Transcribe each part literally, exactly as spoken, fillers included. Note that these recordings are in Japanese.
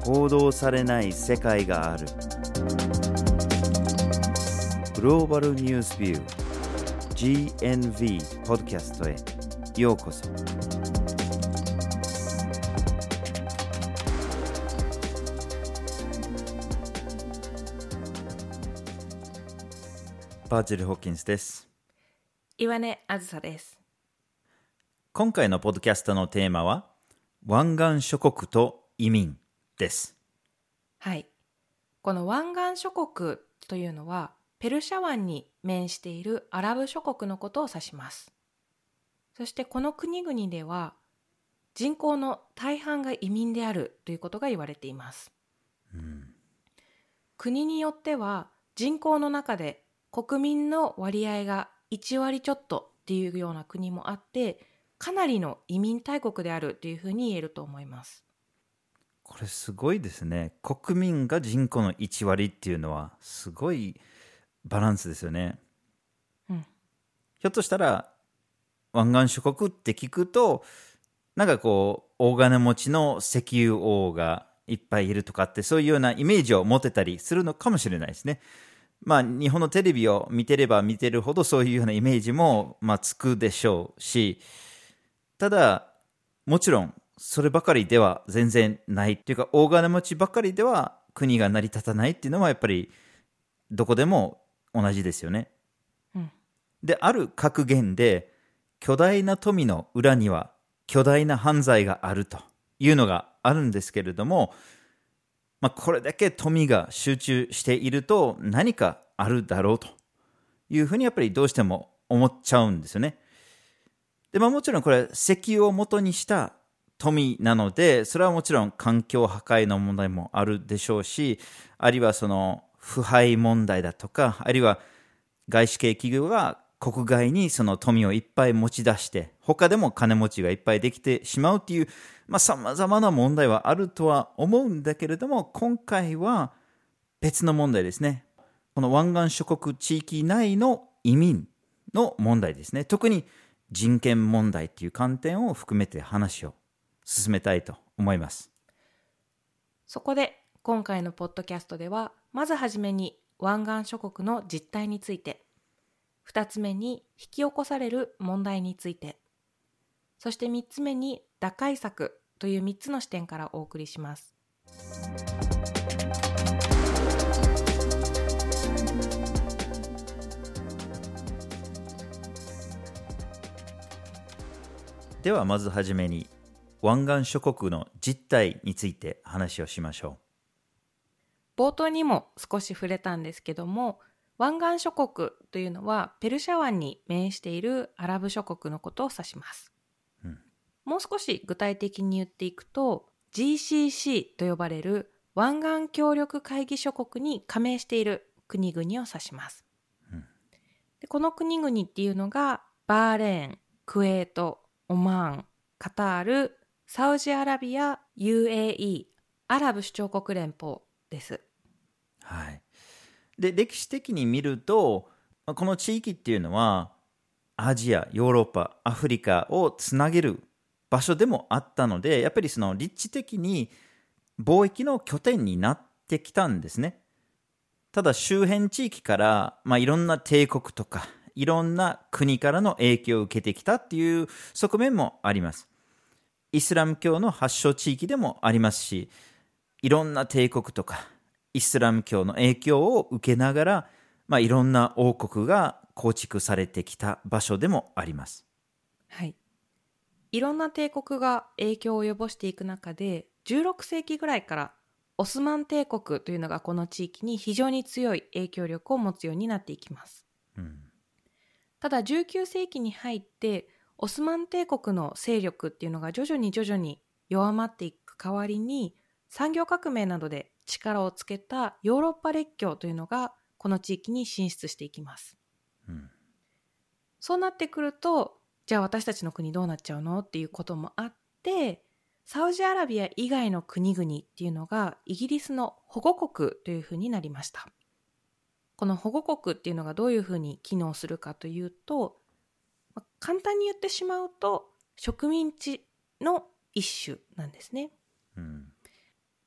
報道されない世界がある。グローバルニュースビュー ジーエヌブイ ポッドキャストへようこそ。バーチャル・ホッキンスです。 岩根あずさです。 今回のポッドキャストのテーマは湾岸諸国と移民です。 はい。この湾岸諸国というのはペルシャ湾に面しているアラブ諸国のことを指します。そしてこの国々では人口の大半が移民であるということが言われています。 うん、 国によっては人口の中で国民の割合がいちわりちょっとっていうような国もあって、かなりの移民大国であるというふうに言えると思います。 これすごいですね。国民が人口のいちわりっていうのはすごいバランスですよね。 うん、 ひょっとしたら湾岸諸国って聞くとなんかこう大金持ちの石油王がいっぱいいるとかって、そういうようなイメージを持てたりするのかもしれないですね。まあ日本のテレビを見てれば見てるほどそういうようなイメージもまあつくでしょうし、ただもちろんそればかりでは全然ないっていうか、大金持ちばかりでは国が成り立たないっていうのはやっぱりどこでも同じですよね。 うん、 で、ある格言で巨大な富の裏には巨大な犯罪があるというのがあるんですけれども、まあ、これだけ富が集中していると何かあるだろうというふうにやっぱりどうしても思っちゃうんですよね。で、まあ、もちろんこれ石油を元にした富なので、それはもちろん環境破壊の問題もあるでしょうし、あるいはその腐敗問題だとか、あるいは外資系企業が国外にその富をいっぱい持ち出して、他でも金持ちがいっぱいできてしまうっていう、まあ、様々な問題はあるとは思うんだけれども、今回は別の問題ですね。この湾岸諸国地域内の移民の問題ですね。特に人権問題っていう観点を含めて話を進めたいと思います。 そこで今回のポッドキャストでは、まずはじめに湾岸諸国の実態について、ふたつめに引き起こされる問題について、そしてみっつめに打開策というみっつの視点からお送りします。 ではまずはじめに湾岸諸国の実態について話をしましょう。冒頭にも少し触れたんですけども、湾岸諸国というのはペルシャ湾に面しているアラブ諸国のことを指します。うん、もう少し具体的に言っていくと ジーシーシー と呼ばれる湾岸協力会議諸国に加盟している国々を指します。うん、でこの国々っていうのがバーレーン、クウェート、オマーン、カタール、サウジアラビア、ユーエーイー、アラブ首長国連邦です。 はい。で、歴史的に見ると、この地域っていうのはアジア、ヨーロッパ、アフリカをつなげる場所でもあったので、やっぱりその立地的に貿易の拠点になってきたんですね。ただ周辺地域から、まあ、いろんな帝国とかいろんな国からの影響を受けてきたっていう側面もあります。イスラム教の発祥地域でもありますし、いろんな帝国とかイスラム教の影響を受けながら、まあ、いろんな王国が構築されてきた場所でもあります。 はい。いろんな帝国が影響を及ぼしていく中で、じゅうろくせいきぐらいからオスマン帝国というのがこの地域に非常に強い影響力を持つようになっていきます。うん、ただじゅうきゅうせいきに入ってオスマン帝国の勢力っていうのが徐々に徐々に弱まっていく代わりに、産業革命などで力をつけたヨーロッパ列強というのがこの地域に進出していきます。うん、そうなってくると、じゃあ私たちの国どうなっちゃうのっていうこともあって、サウジアラビア以外の国々っていうのがイギリスの保護国というふうになりました。この保護国っていうのがどういうふうに機能するかというと、簡単に言ってしまうと植民地の一種なんですね。うん、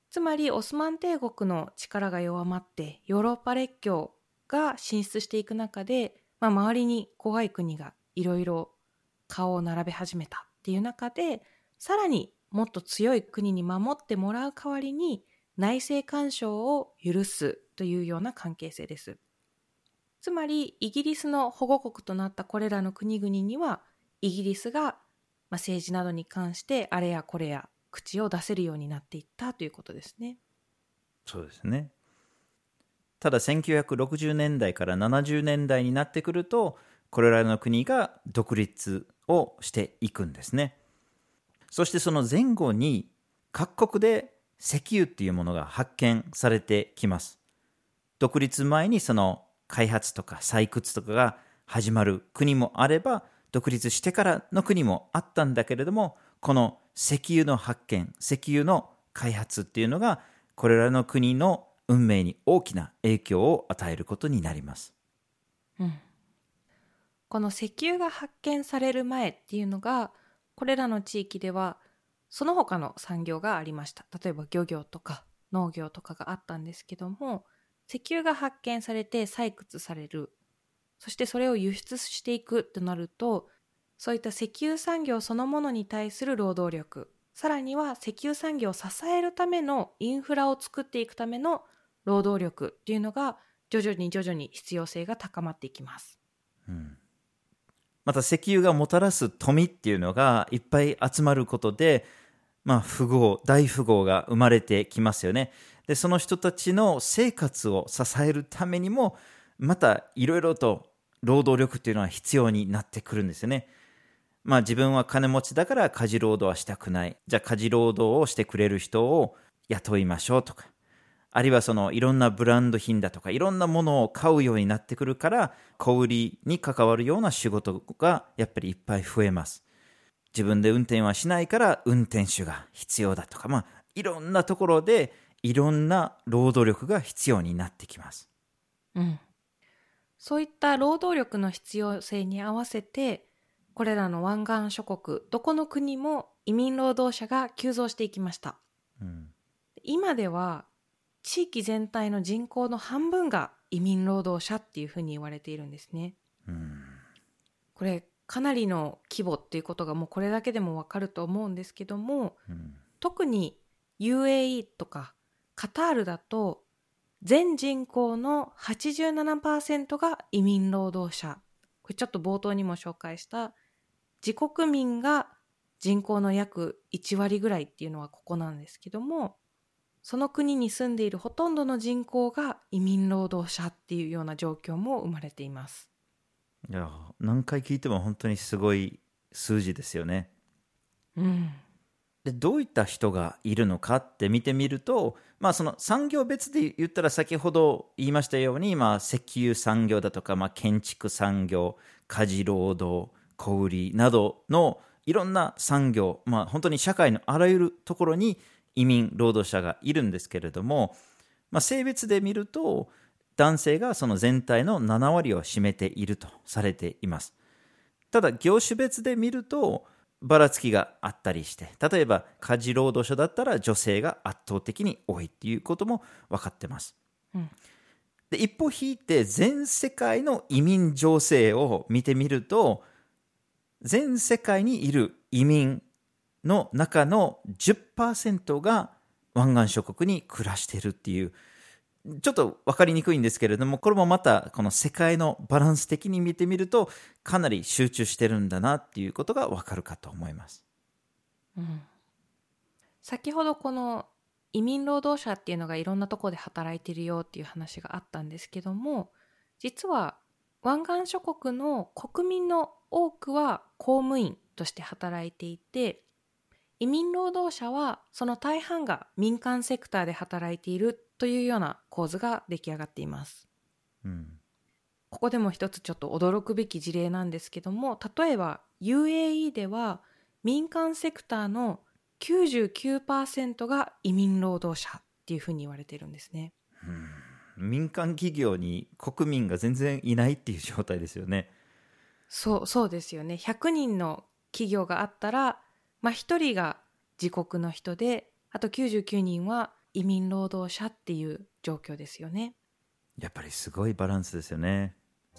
つまりオスマン帝国の力が弱まってヨーロッパ列強が進出していく中で、まあ、周りに怖い国がいろいろ顔を並べ始めたっていう中で、さらにもっと強い国に守ってもらう代わりに内政干渉を許すというような関係性です。つまりイギリスの保護国となったこれらの国々には、イギリスが政治などに関してあれやこれや口を出せるようになっていったということですね。 そうですね。ただせんきゅうひゃくろくじゅうねんだいからななじゅうねんだいになってくると、これらの国が独立をしていくんですね。そしてその前後に各国で石油っていうものが発見されてきます。独立前にその開発とか採掘とかが始まる国もあれば、独立してからの国もあったんだけれども、この石油の発見、石油の開発っていうのがこれらの国の運命に大きな影響を与えることになります。 うん、この石油が発見される前っていうのが、これらの地域ではその他の産業がありました。例えば漁業とか農業とかがあったんですけども、石油が発見されて採掘される、そしてそれを輸出していくとなると、そういった石油産業そのものに対する労働力、さらには石油産業を支えるためのインフラを作っていくための労働力っていうのが徐々に徐々に必要性が高まっていきます。 うん、また石油がもたらす富っていうのがいっぱい集まることで、まあ、富豪、大富豪が生まれてきますよね。で、その人たちの生活を支えるためにも、またいろいろと労働力っていうのは必要になってくるんですよね。まあ自分は金持ちだから家事労働はしたくない。じゃあ家事労働をしてくれる人を雇いましょうとか。あるいはそのいろんなブランド品だとかいろんなものを買うようになってくるから、小売りに関わるような仕事がやっぱりいっぱい増えます。自分で運転はしないから運転手が必要だとか、まあいろんなところでいろんな労働力が必要になってきます。 うん。そういった労働力の必要性に合わせて、これらの湾岸諸国、どこの国も移民労働者が急増していきました。 うん、 今では地域全体の人口の半分が移民労働者っていうふうに言われているんですね。 うん、 これかなりの規模っていうことがもうこれだけでもわかると思うんですけども、 うん、 特に ユーエーイー とかカタールだと全人口の はちじゅうななパーセント が移民労働者。これちょっと冒頭にも紹介した自国民が人口の約いちわりぐらいっていうのはここなんですけども、その国に住んでいるほとんどの人口が移民労働者っていうような状況も生まれています。 いや何回聞いても本当にすごい数字ですよね。 うん。 でどういった人がいるのかって見てみると、まあ、その産業別で言ったら先ほど言いましたように、まあ、石油産業だとか、まあ、建築産業、家事労働、小売りなどのいろんな産業、まあ、本当に社会のあらゆるところに移民労働者がいるんですけれども、まあ、性別で見ると男性がその全体のななわりを占めているとされています。ただ業種別で見るとばらつきがあったりして、例えば家事労働者だったら女性が圧倒的に多いっていうことも分かってます。 うん、 で一歩引いて全世界の移民情勢を見てみると、全世界にいる移民の中の じゅっパーセント が湾岸諸国に暮らしているっていう、ちょっと分かりにくいんですけれども、これもまたこの世界のバランス的に見てみるとかなり集中してるんだなっていうことが分かるかと思います。 うん、先ほどこの移民労働者っていうのがいろんなところで働いてるよっていう話があったんですけども、実は湾岸諸国の国民の多くは公務員として働いていて、移民労働者はその大半が民間セクターで働いているというような構図が出来上がっています。 うん、 ここでも一つちょっと驚くべき事例なんですけども、例えば ユーエーイー では民間セクターの きゅうじゅうきゅうパーセント が移民労働者っていうふうに言われているんですね。 うん、民間企業に国民が全然いないっていう状態ですよね。 そう、そうですよね。ひゃくにんの企業があったら、まあ、ひとりが自国の人で、あときゅうじゅうきゅうにんは移民労働者っていう状況ですよね。 やっぱりすごいバランスですよね。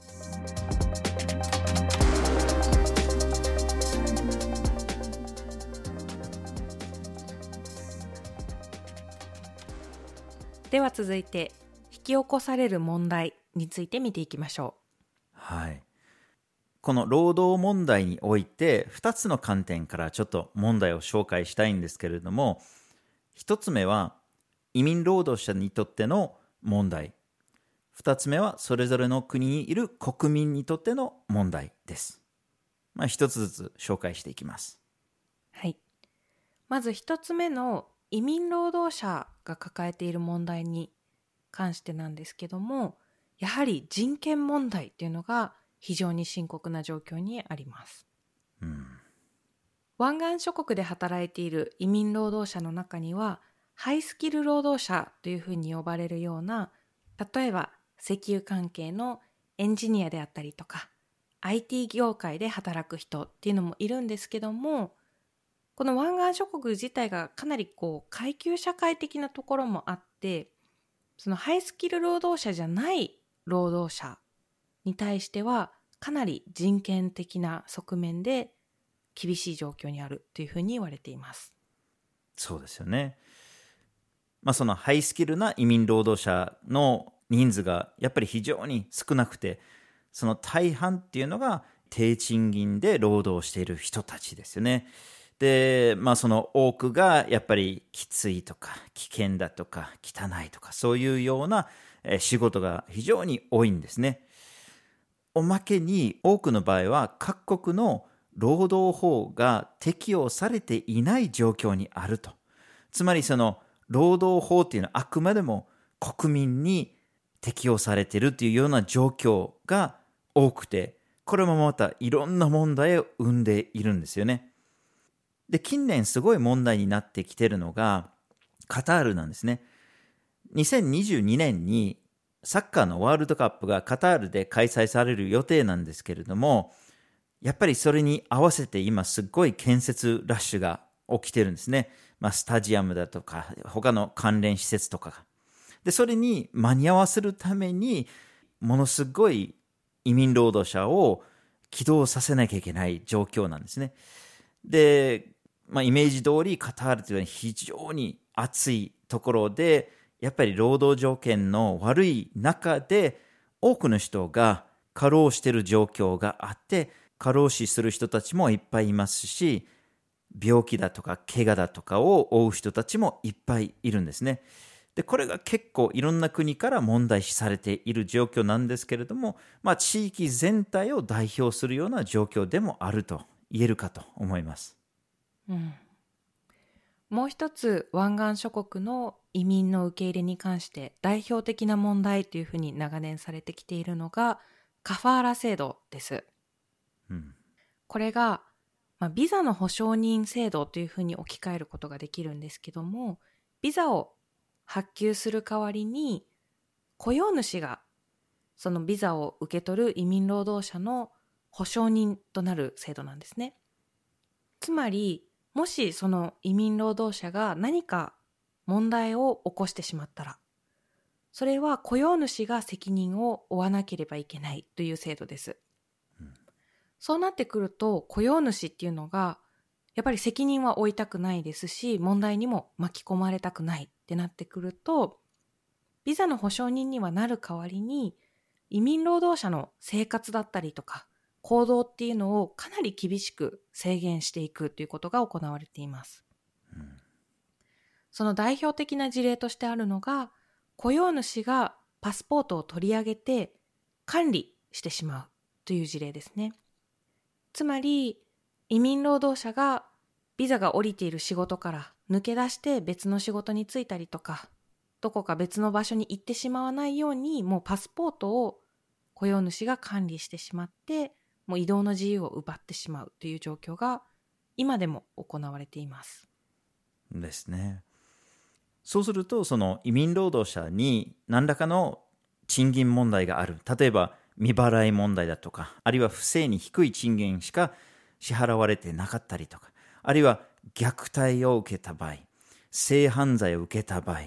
では続いて、引き起こされる問題について見ていきましょう。はい。この労働問題においてふたつの観点からちょっと問題を紹介したいんですけれども、ひとつめは移民労働者にとっての問題、ふたつめはそれぞれの国にいる国民にとっての問題です。まあ、ひとつずつ紹介していきます。 はい。まずひとつめの移民労働者が抱えている問題に関してなんですけども、やはり人権問題っていうのが非常に深刻な状況にあります。 うん、 湾岸諸国で働いている移民労働者の中には、ハイスキル労働者というふうに呼ばれるような、例えば石油関係のエンジニアであったりとか、アイティー 業界で働く人っていうのもいるんですけども、この湾岸諸国自体がかなりこう階級社会的なところもあって、そのハイスキル労働者じゃない労働者に対してはかなり人権的な側面で厳しい状況にあるというふうに言われています。 そうですよね。まあ、そのハイスキルな移民労働者の人数がやっぱり非常に少なくて、その大半っていうのが低賃金で労働している人たちですよね。で、まあその多くがやっぱりきついとか危険だとか汚いとかそういうような仕事が非常に多いんですね。おまけに多くの場合は各国の労働法が適用されていない状況にあると。つまりその労働法っていうのはあくまでも国民に適用されているというような状況が多くて、これもまたいろんな問題を生んでいるんですよね。で、近年すごい問題になってきているのがカタールなんですね。にせんにじゅうにねんにサッカーのワールドカップがカタールで開催される予定なんですけれども、やっぱりそれに合わせて今すっごい建設ラッシュが起きてるんですね。まあ、スタジアムだとか他の関連施設とかが。で、それに間に合わせるためにものすごい移民労働者を起動させなきゃいけない状況なんですね。で、まあ、イメージ通りカタールというのは非常に暑いところで、やっぱり労働条件の悪い中で多くの人が過労している状況があって、過労死する人たちもいっぱいいますし、病気だとか怪我だとかを負う人たちもいっぱいいるんですね。で、これが結構いろんな国から問題視されている状況なんですけれども、まあ、地域全体を代表するような状況でもあると言えるかと思います。 うん、もう一つ湾岸諸国の移民の受け入れに関して代表的な問題というふうに長年されてきているのがカファーラ制度です。 うん、 これが、まあ、ビザの保証人制度というふうに置き換えることができるんですけども、ビザを発給する代わりに雇用主がそのビザを受け取る移民労働者の保証人となる制度なんですね。つまりもしその移民労働者が何か問題を起こしてしまったら、それは雇用主が責任を負わなければいけないという制度です。うん、そうなってくると雇用主っていうのがやっぱり責任は負いたくないですし、問題にも巻き込まれたくないってなってくると、ビザの保証人にはなる代わりに移民労働者の生活だったりとか行動っていうのをかなり厳しく制限していくということが行われています。うん、その代表的な事例としてあるのが、雇用主がパスポートを取り上げて管理してしまうという事例ですね。つまり移民労働者がビザが下りている仕事から抜け出して別の仕事に就いたりとか、どこか別の場所に行ってしまわないように、もうパスポートを雇用主が管理してしまって、もう移動の自由を奪ってしまうという状況が今でも行われています。 ですね。そうするとその移民労働者に何らかの賃金問題がある。例えば未払い問題だとか、あるいは不正に低い賃金しか支払われてなかったりとか、あるいは虐待を受けた場合、性犯罪を受けた場合、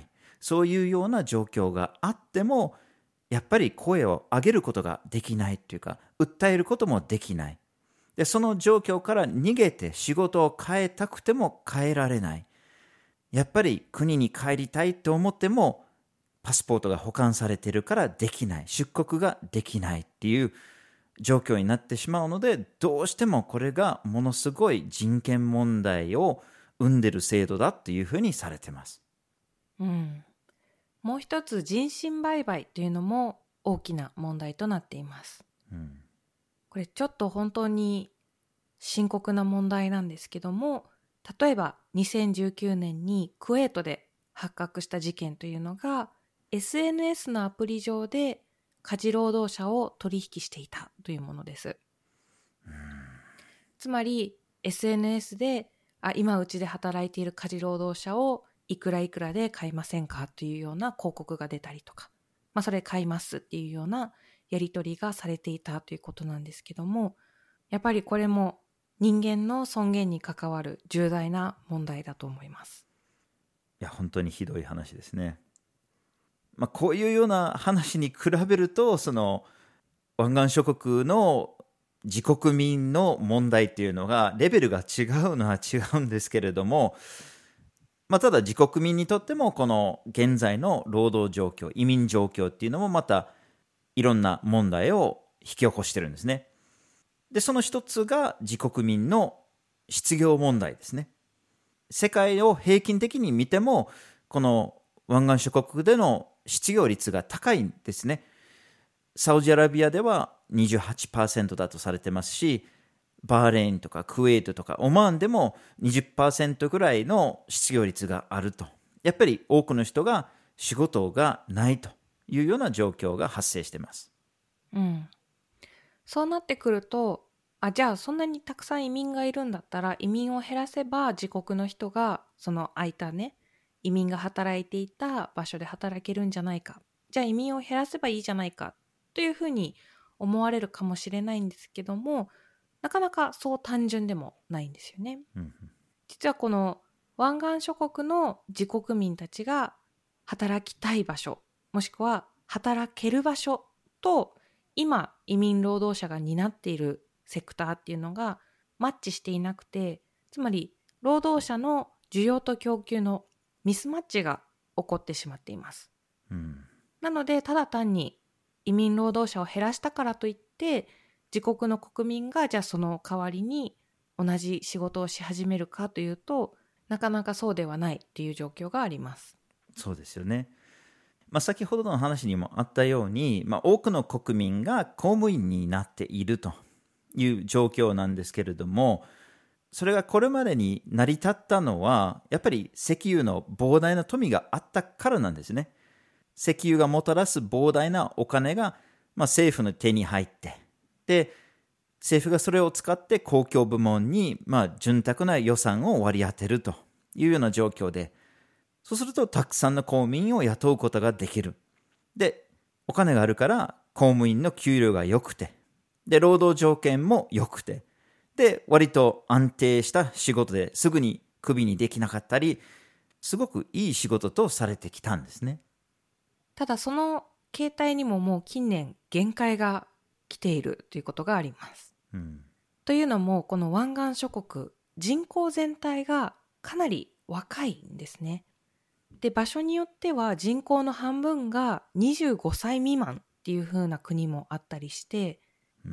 そういうような状況があっても、やっぱり声を上げることができないというか、訴えることもできない。で、その状況から逃げて仕事を変えたくても変えられない。やっぱり国に帰りたいと思っても、パスポートが保管されているからできない。出国ができないっていう状況になってしまうので、どうしてもこれがものすごい人権問題を生んでいる制度だというふうにされています。 うん。もう一つ、人身売買というのも大きな問題となっています。 うん、 これちょっと本当に深刻な問題なんですけども、例えばにせんじゅうきゅうねんにクウェートで発覚した事件というのが、 エスエヌエス のアプリ上で家事労働者を取引していたというものです。 うん、 つまり エスエヌエス であ今うちで働いている家事労働者をいくらいくらで買いませんかというような広告が出たりとか、まあ、それ買いますっていうようなやり取りがされていたということなんですけども、やっぱりこれも人間の尊厳に関わる重大な問題だと思います。 いや、本当にひどい話ですね。まあ、こういうような話に比べると、その湾岸諸国の自国民の問題っていうのがレベルが違うのは違うんですけれども、まあ、ただ自国民にとってもこの現在の労働状況、移民状況っていうのもまたいろんな問題を引き起こしてるんですね。で、その一つが自国民の失業問題ですね。世界を平均的に見ても、この湾岸諸国での失業率が高いんですね。サウジアラビアでは にじゅうはちパーセント だとされてますし、バーレーンとかクウェートとかオマーンでも にじゅっパーセント ぐらいの失業率があると。やっぱり多くの人が仕事がないというような状況が発生しています。 うん。そうなってくると、あ、じゃあそんなにたくさん移民がいるんだったら、移民を減らせば自国の人がその空いたね、移民が働いていた場所で働けるんじゃないか。じゃあ移民を減らせばいいじゃないかというふうに思われるかもしれないんですけども、なかなかそう単純でもないんですよね。 うん、 実はこの湾岸諸国の自国民たちが働きたい場所、もしくは働ける場所と今移民労働者が担っているセクターっていうのがマッチしていなくて、つまり労働者の需要と供給のミスマッチが起こってしまっています。 うん、 なのでただ単に移民労働者を減らしたからといって自国の国民がじゃあその代わりに同じ仕事をし始めるかというと、なかなかそうではないという状況があります。 そうですよね。まあ、先ほどの話にもあったように、まあ、多くの国民が公務員になっているという状況なんですけれども、それがこれまでに成り立ったのはやっぱり石油の膨大な富があったからなんですね。石油がもたらす膨大なお金が、まあ、政府の手に入って、で政府がそれを使って公共部門に、まあ、潤沢な予算を割り当てるというような状況で、そうするとたくさんの公務員を雇うことができる。で、お金があるから公務員の給料が良くて、で、労働条件も良くて、で、割と安定した仕事ですぐにクビにできなかったり、すごくいい仕事とされてきたんですね。 ただその形態にももう近年限界が来ているということがあります。 うん、 というのもこの湾岸諸国、人口全体がかなり若いんですね。で、場所によっては人口の半分がにじゅうごさい未満っていう風な国もあったりして、 うん、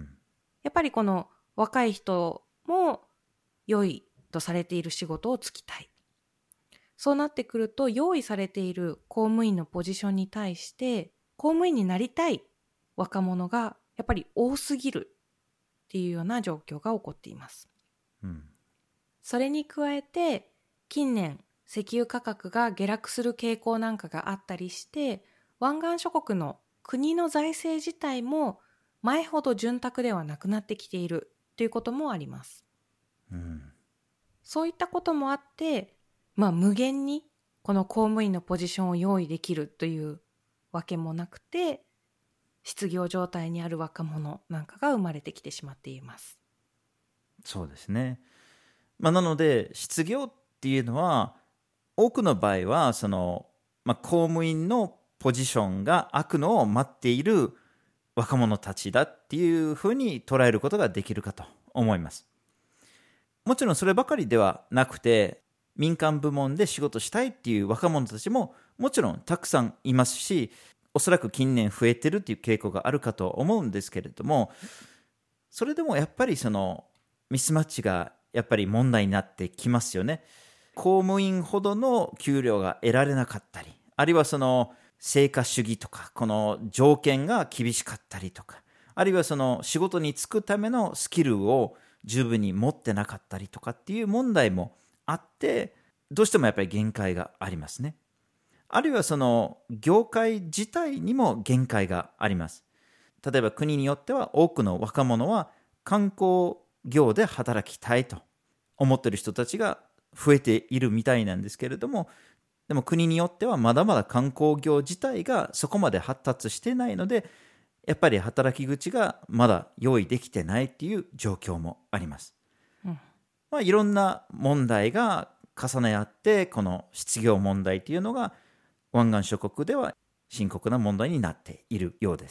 やっぱりこの若い人も良いとされている仕事を就きたい。そうなってくると用意されている公務員のポジションに対して公務員になりたい若者がやっぱり多すぎるっていうような状況が起こっています。 うん、 それに加えて近年石油価格が下落する傾向なんかがあったりして、湾岸諸国の国の財政自体も前ほど潤沢ではなくなってきているということもあります。 うん、 そういったこともあって、まあ無限にこの公務員のポジションを用意できるというわけもなくて、失業状態にある若者なんかが生まれてきてしまっています。 そうですね。まあ、なので失業っていうのは多くの場合はそのまあ、公務員のポジションが開くのを待っている若者たちだっていうふうに捉えることができるかと思います。もちろんそればかりではなくて、民間部門で仕事したいっていう若者たちももちろんたくさんいますし、おそらく近年増えてるっていう傾向があるかと思うんですけれども、それでもやっぱりそのミスマッチがやっぱり問題になってきますよね。公務員ほどの給料が得られなかったり、あるいはその成果主義とか、この条件が厳しかったりとか、あるいはその仕事に就くためのスキルを十分に持ってなかったりとかっていう問題もあって、どうしてもやっぱり限界がありますね。あるいはその業界自体にも限界があります。例えば国によっては多くの若者は観光業で働きたいと思っている人たちが増えているみたいなんですけれども、でも国によってはまだまだ観光業自体がそこまで発達してないので、やっぱり働き口がまだ用意できてないっていう状況もあります。うん、まあ、いろんな問題が重ね合って、この失業問題というのが湾岸諸国では深刻な問題になっているようです。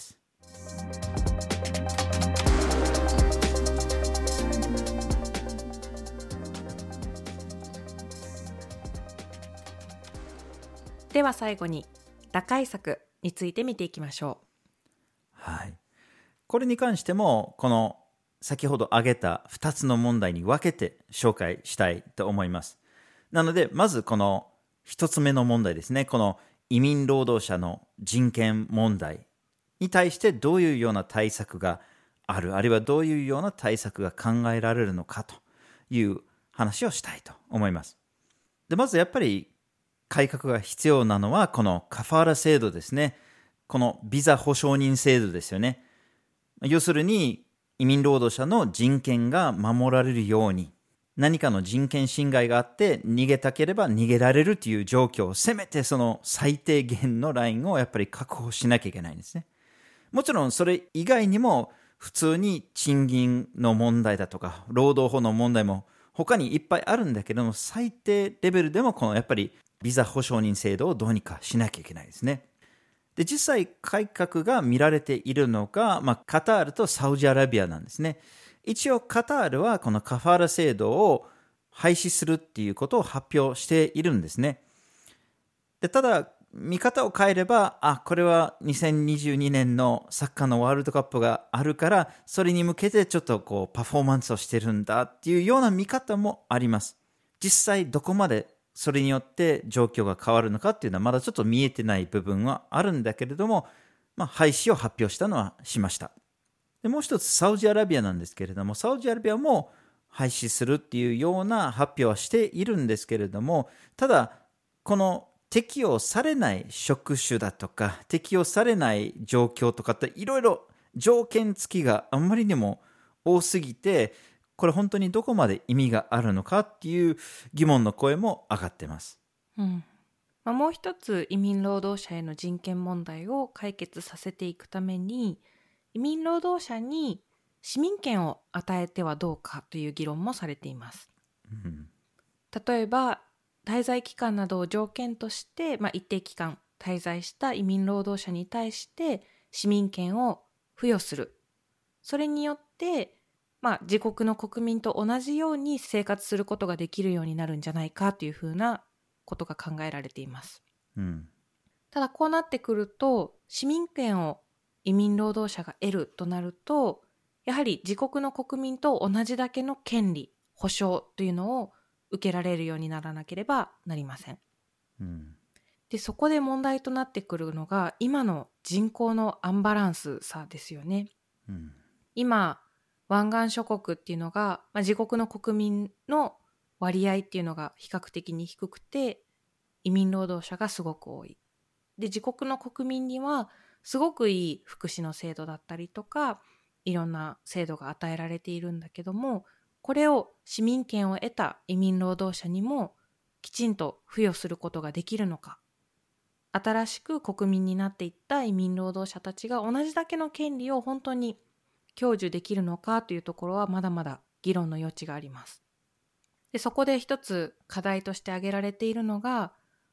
では最後に打開策について見ていきましょう。 はい。これに関してもこの先ほど挙げたふたつの問題に分けて紹介したいと思います。なのでまずこのひとつめの問題ですね。この移民労働者の人権問題に対してどういうような対策がある、あるいはどういうような対策が考えられるのかという話をしたいと思います。で、まずやっぱり改革が必要なのはこのカファーラ制度ですね。このビザ保証人制度ですよね。要するに移民労働者の人権が守られるように、何かの人権侵害があって逃げたければ逃げられるという状況を、せめてその最低限のラインをやっぱり確保しなきゃいけないんですね。もちろんそれ以外にも普通に賃金の問題だとか労働法の問題も他にいっぱいあるんだけども、最低レベルでもこのやっぱりビザ保証人制度をどうにかしなきゃいけないですね。で、実際改革が見られているのが、まあ、カタールとサウジアラビアなんですね。一応カタールはこのカファーラ制度を廃止するっていうことを発表しているんですね。で、ただ見方を変えれば、あ、これはにせんにじゅうにねんのサッカーのワールドカップがあるから、それに向けてちょっとこうパフォーマンスをしてるんだっていうような見方もあります。実際どこまでそれによって状況が変わるのかっていうのはまだちょっと見えてない部分はあるんだけれども、まあ、廃止を発表したのはしました。で、もう一つサウジアラビアなんですけれども、サウジアラビアも廃止するっていうような発表はしているんですけれども、ただこの適用されない職種だとか適用されない状況とかっていろいろ条件付きがあんまりにも多すぎて、これ本当にどこまで意味があるのかっていう疑問の声も上がってます。 うんまあ、もう一つ移民労働者への人権問題を解決させていくために、移民労働者に市民権を与えてはどうかという議論もされています。うん、例えば滞在期間などを条件として、まあ、一定期間滞在した移民労働者に対して市民権を付与する。それによってまあ、自国の国民と同じように生活することができるようになるんじゃないかというふうなことが考えられています。うん、ただこうなってくると、市民権を移民労働者が得るとなると、やはり自国の国民と同じだけの権利、保障というのを受けられるようにならなければなりません。うん、で、そこで問題となってくるのが今の人口のアンバランスさですよね。うん、今湾岸諸国っていうのが、まあ、自国の国民の割合っていうのが比較的に低くて、移民労働者がすごく多い。で、自国の国民にはすごくいい福祉の制度だったりとか、いろんな制度が与えられているんだけども、これを市民権を得た移民労働者にもきちんと付与することができるのか。新しく国民になっていった移民労働者たちが同じだけの権利を本当に享受できるのかというところはまだまだ議論の余地があります。で、そこで一つ課題として挙げられているのが、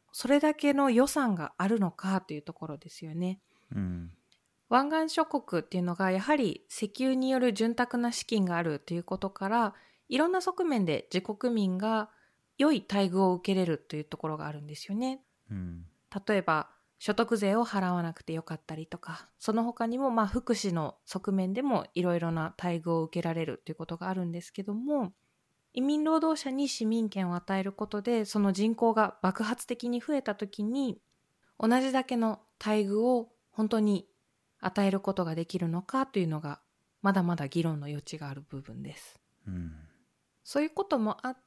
それだけの予算があるのかというところですよね。 うん、 湾岸諸国っていうのがやはり石油による潤沢な資金があるということから、いろんな側面で自国民が良い待遇を受けれるというところがあるんですよね。 うん、 例えば所得税を払わなくてよかったりとか、その他にもまあ福祉の側面でもいろいろな待遇を受けられるということがあるんですけども、移民労働者に市民権を与えることで、その人口が爆発的に増えた時に同じだけの待遇を本当に与えることができるのかというのがまだまだ議論の余地がある部分です。 うん、 そういうこともあって、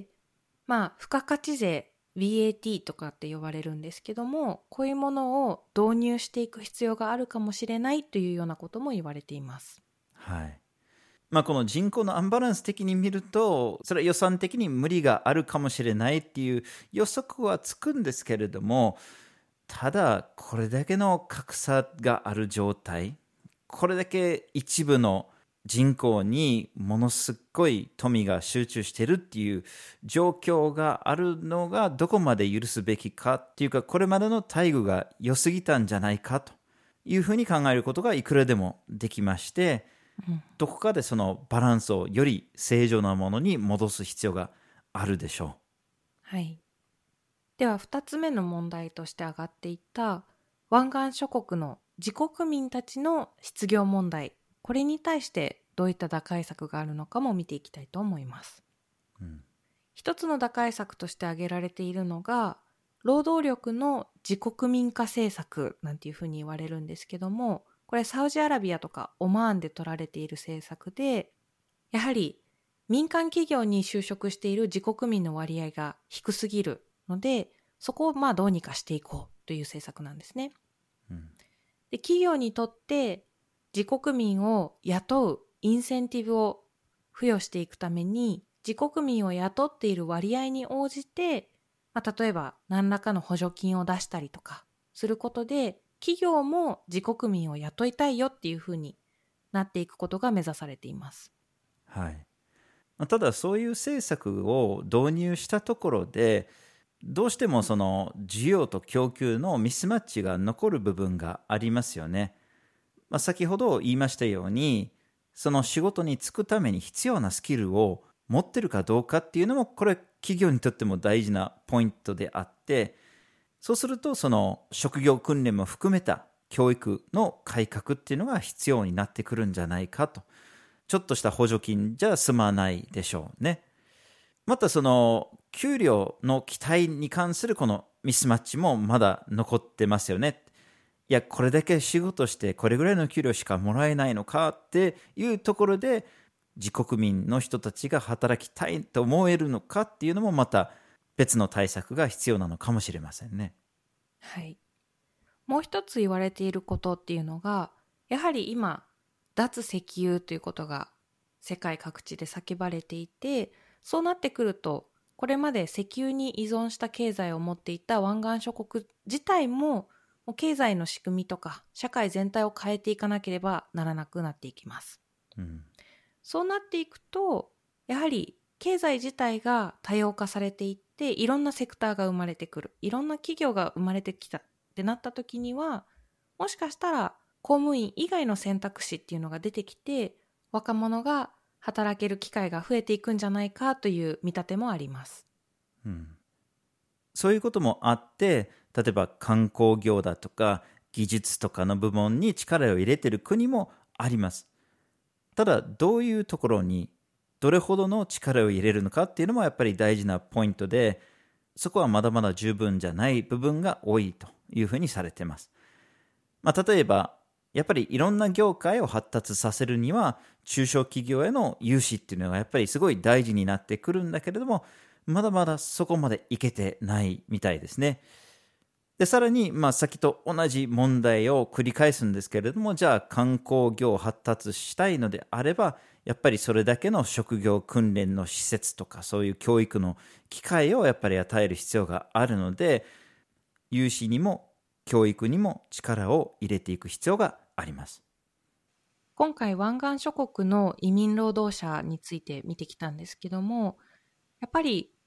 まあ付加価値税 ブイエーティー とかって呼ばれるんですけども、こういうものを導入していく必要があるかもしれないというようなことも言われています。 はい。まあ、この人口のアンバランス的に見ると、それは予算的に無理があるかもしれないっていう予測はつくんですけれども、ただこれだけの格差がある状態、これだけ一部の人口にものすごい富が集中してるっていう状況があるのがどこまで許すべきかっていうか、これまでの待遇が良すぎたんじゃないかというふうに考えることがいくらでもできまして、どこかでそのバランスをより正常なものに戻す必要があるでしょはい。ではふたつめの問題として挙がっていた湾岸諸国の自国民たちの失業問題、これに対してどういった打開策があるのかも見ていきたいと思います。 う。うん、 一つの打開策として挙げられているのが労働力の自国民化政策なんていうふうに言われるんですけども、これサウジアラビアとかオマーンで取られている政策で、やはり民間企業に就職している自国民の割合が低すぎるので、そこをまあどうにかしていこうという政策なんですね。 うん、 で、企業にとって自国民を雇うインセンティブを付与していくために、自国民を雇っている割合に応じて、まあ、例えば何らかの補助金を出したりとかすることで、企業も自国民を雇いたいよっていうふうになっていくことが目指されています。 はい。まあただそういう政策を導入したところで、どうしてもその需要と供給のミスマッチが残る部分がありますよね。まあ、先ほど言いましたように、その仕事に就くために必要なスキルを持ってるかどうかっていうのも、これ企業にとっても大事なポイントであって、そうするとその職業訓練も含めた教育の改革っていうのが必要になってくるんじゃないかと。ちょっとした補助金じゃ済まないでしょうね。またその給料の期待に関するこのミスマッチもまだ残ってますよね。いや、これだけ仕事してこれぐらいの給料しかもらえないのかっていうところで、自国民の人たちが働きたいと思えるのかっていうのもまた別の対策が必要なのかもしれませんね。 はい。もう一つ言われていることっていうのが、やはり今脱石油ということが世界各地で叫ばれていて、そうなってくるとこれまで石油に依存した経済を持っていた湾岸諸国自体も、もう経済の仕組みとか社会全体を変えていかなければならなくなっていきます。 うん、 そうなっていくと、やはり経済自体が多様化されていって、いろんなセクターが生まれてくる、いろんな企業が生まれてきたってなった時には、もしかしたら公務員以外の選択肢っていうのが出てきて、若者が働ける機会が増えていくんじゃないかという見立てもあります。 うん、そういうこともあって、例えば観光業だとか技術とかの部門に力を入れている国もあります。ただどういうところにどれほどの力を入れるのかっていうのもやっぱり大事なポイントで、そこはまだまだ十分じゃない部分が多いというふうにされています。まあ、例えばやっぱりいろんな業界を発達させるには中小企業への融資っていうのがやっぱりすごい大事になってくるんだけれども、まだまだそこまでいけてないみたいですね。でさらに、まあ、先と同じ問題を繰り返すんですけれども、じゃあ観光業を発達したいのであれば、やっぱりそれだけの職業訓練の施設とかそういう教育の機会をやっぱり与える必要があるので、融資にも教育にも力を入れていく必要があります。 今回湾岸諸国の移民労働者について見てきたんですけども、やっぱり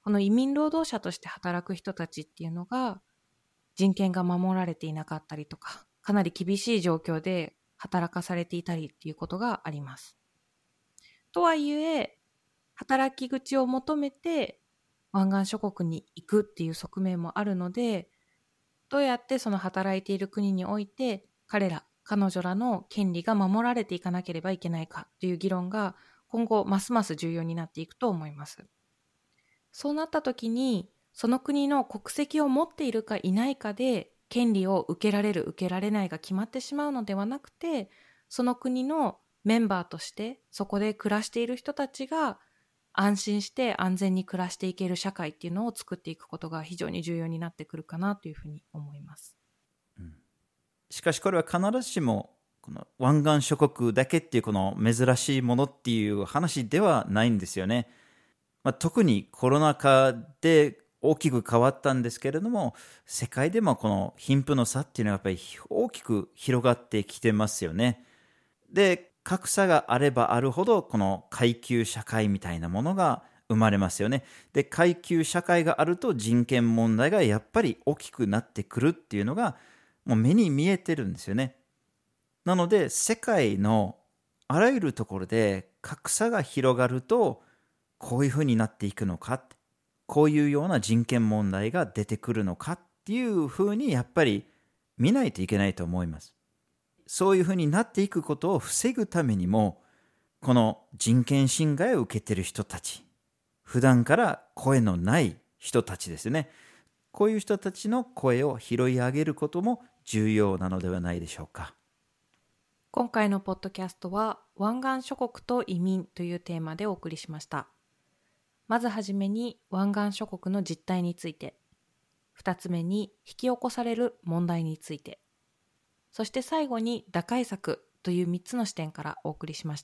この移民労働者として働く人たちっていうのが人権が守られていなかったりとか、かなり厳しい状況で働かされていたりっていうことがあります。とはいえ、働き口を求めて湾岸諸国に行くっていう側面もあるので、どうやってその働いている国において彼ら、彼女らの権利が守られていかなければいけないかという議論が今後ますます重要になっていくと思います。そうなった時に、その国の国籍を持っているかいないかで権利を受けられる受けられないが決まってしまうのではなくて、その国のメンバーとしてそこで暮らしている人たちが安心して安全に暮らしていける社会っていうのを作っていくことが非常に重要になってくるかなというふうに思います。 うん、しかしこれは必ずしもこの湾岸諸国だけっていうこの珍しいものっていう話ではないんですよね。まあ、特にコロナ禍で大きく変わったんですけれども、世界でもこの貧富の差っていうのはやっぱり大きく広がってきてますよね。で、格差があればあるほどこの階級社会みたいなものが生まれますよね。で、階級社会があると人権問題がやっぱり大きくなってくるっていうのがもう目に見えてるんですよね。なので世界のあらゆるところで格差が広がるとこういうふうになっていくのか、こういうような人権問題が出てくるのかっていうふうにやっぱり見ないといけないと思います。そういうふうになっていくことを防ぐためにも、この人権侵害を受けている人たち、普段から声のない人たちですね。こういう人たちの声を拾い上げることも重要なのではないでしょうか。 今回のポッドキャストは湾岸諸国と移民というテーマでお送りしました。まずはじめに湾岸諸国の実態について、二つ目に引き起こされる問題について、そして最後に打開策というみっつの視点からお送りしました。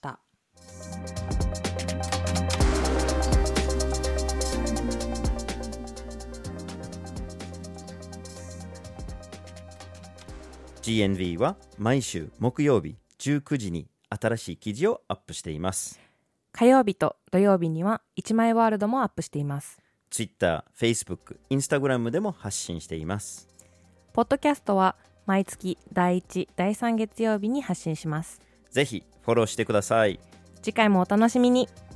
ジーエヌブイ は毎週木曜日じゅうくじに新しい記事をアップしています。 火曜日と土曜日には一枚ワールドもアップしています。 Twitter、Facebook、Instagram でも発信しています。 ポッドキャストは毎月だいいち、だいさん月曜日に発信します。 ぜひフォローしてください。 次回もお楽しみに。